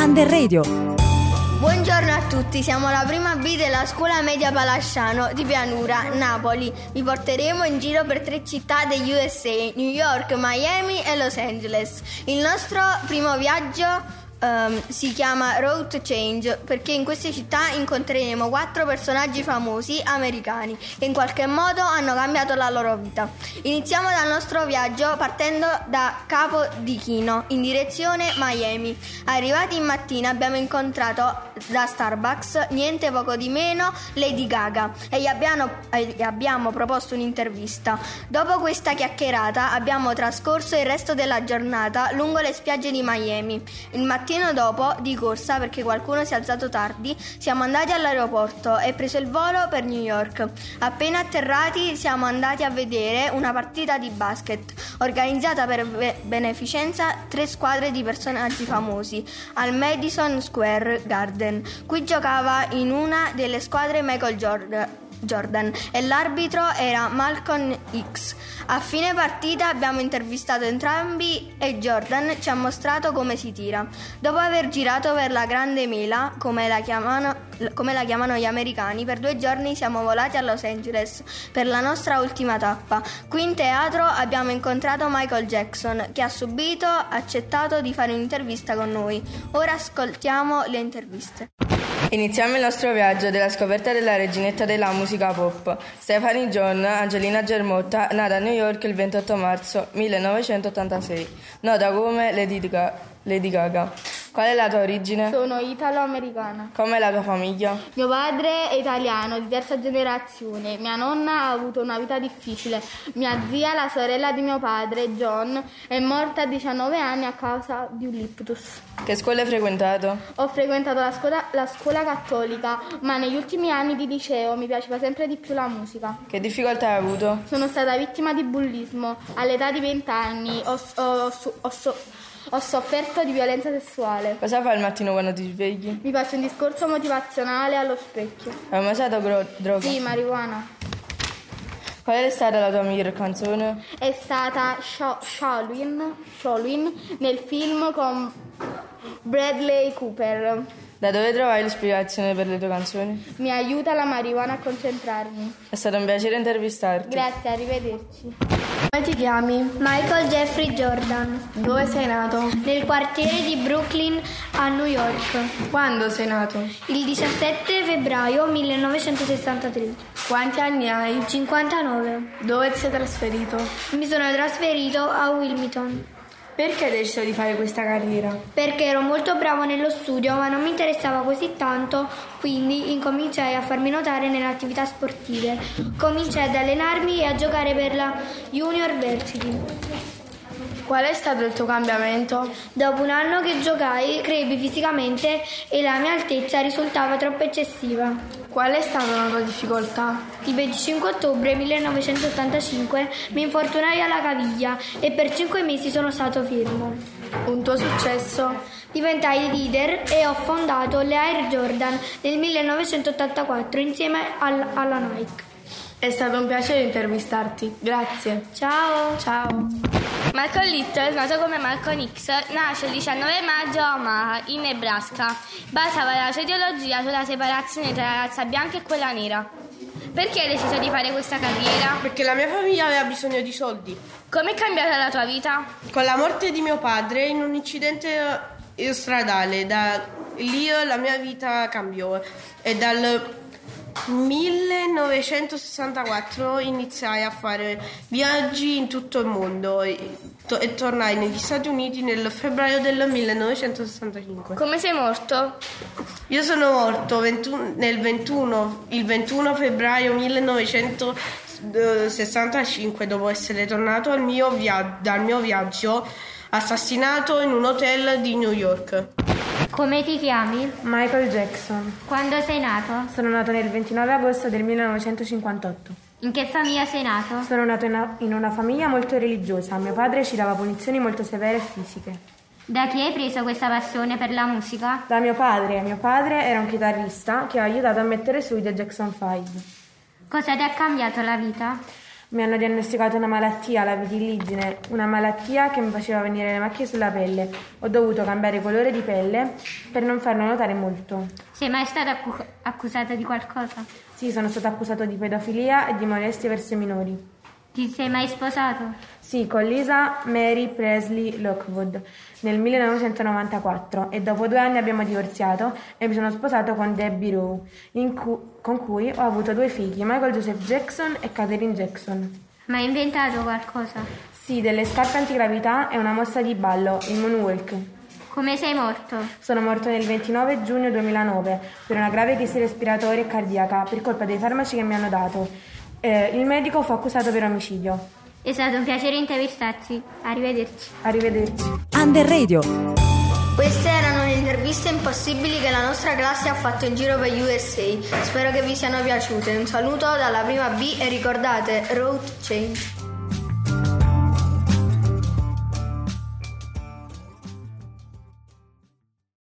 Under Radio. Buongiorno a tutti, siamo la prima B della scuola media Palasciano di Pianura, Napoli. Vi porteremo in giro per 3 città degli USA, New York, Miami e Los Angeles. Il nostro primo viaggio si chiama Road to Change perché in queste città incontreremo 4 personaggi famosi americani che in qualche modo hanno cambiato la loro vita. Iniziamo dal nostro viaggio partendo da Capo di Chino in direzione Miami. Arrivati in mattina abbiamo incontrato da Starbucks niente poco di meno Lady Gaga e gli abbiamo proposto un'intervista. Dopo questa chiacchierata abbiamo trascorso il resto della giornata lungo le spiagge di Miami. Il mattino dopo, di corsa perché qualcuno si è alzato tardi, siamo andati all'aeroporto e preso il volo per New York. Appena atterrati siamo andati a vedere una partita di basket organizzata per beneficenza 3 squadre di personaggi famosi al Madison Square Garden. Qui giocava in una delle squadre Michael Jordan e l'arbitro era Malcolm X. A fine partita abbiamo intervistato entrambi e Jordan ci ha mostrato come si tira. Dopo aver girato per la Grande Mela, come la chiamano gli americani, per 2 giorni siamo volati a Los Angeles per la nostra ultima tappa. Qui in teatro abbiamo incontrato Michael Jackson che ha subito accettato di fare un'intervista con noi. Ora ascoltiamo le interviste. Iniziamo il nostro viaggio della scoperta della reginetta della musica pop, Stephanie John Angelina Germotta, nata a New York il 28 marzo 1986, nota come Lady Gaga. Qual è la tua origine? Sono italo-americana. Com'è la tua famiglia? Mio padre è italiano, di terza generazione. Mia nonna ha avuto una vita difficile. Mia zia, la sorella di mio padre, John, è morta a 19 anni a causa di un ictus. Che scuola hai frequentato? Ho frequentato la scuola cattolica, ma negli ultimi anni di liceo mi piaceva sempre di più la musica. Che difficoltà hai avuto? Sono stata vittima di bullismo. All'età di 20 anni ho sofferto di violenza sessuale. Cosa fai al mattino quando ti svegli? Mi faccio un discorso motivazionale allo specchio. Hai mai usato droga? Sì, marijuana. Qual è stata la tua miglior canzone? È stata Shallow nel film con Bradley Cooper. Da dove trovai l'ispirazione per le tue canzoni? Mi aiuta la marijuana a concentrarmi. È stato un piacere intervistarti. Grazie, arrivederci. Come ti chiami? Michael Jeffrey Jordan. Dove sei nato? Nel quartiere di Brooklyn a New York. Quando sei nato? Il 17 febbraio 1963. Quanti anni hai? 59. Dove ti sei trasferito? Mi sono trasferito a Wilmington. Perché hai deciso di fare questa carriera? Perché ero molto bravo nello studio ma non mi interessava così tanto, quindi incominciai a farmi notare nelle attività sportive. Cominciai ad allenarmi e a giocare per la Junior Varsity. Qual è stato il tuo cambiamento? Dopo un anno che giocai, crebbi fisicamente e la mia altezza risultava troppo eccessiva. Qual è stata la tua difficoltà? Il 25 ottobre 1985 mi infortunai alla caviglia e per 5 mesi sono stato fermo. Un tuo successo? Diventai leader e ho fondato le Air Jordan nel 1984 insieme alla Nike. È stato un piacere intervistarti. Grazie. Ciao. Ciao. Malcolm Little, nato come Malcolm X, nasce il 19 maggio a Omaha, in Nebraska. Basava la sua ideologia sulla separazione tra la razza bianca e quella nera. Perché hai deciso di fare questa carriera? Perché la mia famiglia aveva bisogno di soldi. Come è cambiata la tua vita? Con la morte di mio padre in un incidente stradale, da lì la mia vita cambiò e dal 1964 iniziai a fare viaggi in tutto il mondo e tornai negli Stati Uniti nel febbraio del 1965. Come sei morto? Io sono morto il 21 febbraio 1965 dopo essere tornato dal mio viaggio assassinato in un hotel di New York. Come ti chiami? Michael Jackson. Quando sei nato? Sono nato il 29 agosto del 1958. In che famiglia sei nato? Sono nato in una famiglia molto religiosa. Mio padre ci dava punizioni molto severe e fisiche. Da chi hai preso questa passione per la musica? Da mio padre. Mio padre era un chitarrista che ha aiutato a mettere su i The Jackson 5. Cosa ti ha cambiato la vita? Mi hanno diagnosticato una malattia, la vitiligine, una malattia che mi faceva venire le macchie sulla pelle. Ho dovuto cambiare colore di pelle per non farlo notare molto. Sei mai stata accusata di qualcosa? Sì, sono stato accusato di pedofilia e di molestie verso i minori. Ti sei mai sposato? Sì, con Lisa Mary Presley Lockwood nel 1994 e dopo 2 anni abbiamo divorziato e mi sono sposato con Debbie Rowe, con cui ho avuto 2 figli, Michael Joseph Jackson e Catherine Jackson. Ma hai inventato qualcosa? Sì, delle scarpe antigravità e una mossa di ballo, il moonwalk. Come sei morto? Sono morto nel 29 giugno 2009 per una grave crisi respiratoria e cardiaca per colpa dei farmaci che mi hanno dato. Il medico fu accusato per omicidio. È stato un piacere intervistarci. Arrivederci. Arrivederci. Under Radio. Queste erano le interviste impossibili che la nostra classe ha fatto in giro per USA. Spero che vi siano piaciute. Un saluto dalla prima B e ricordate, Road Change.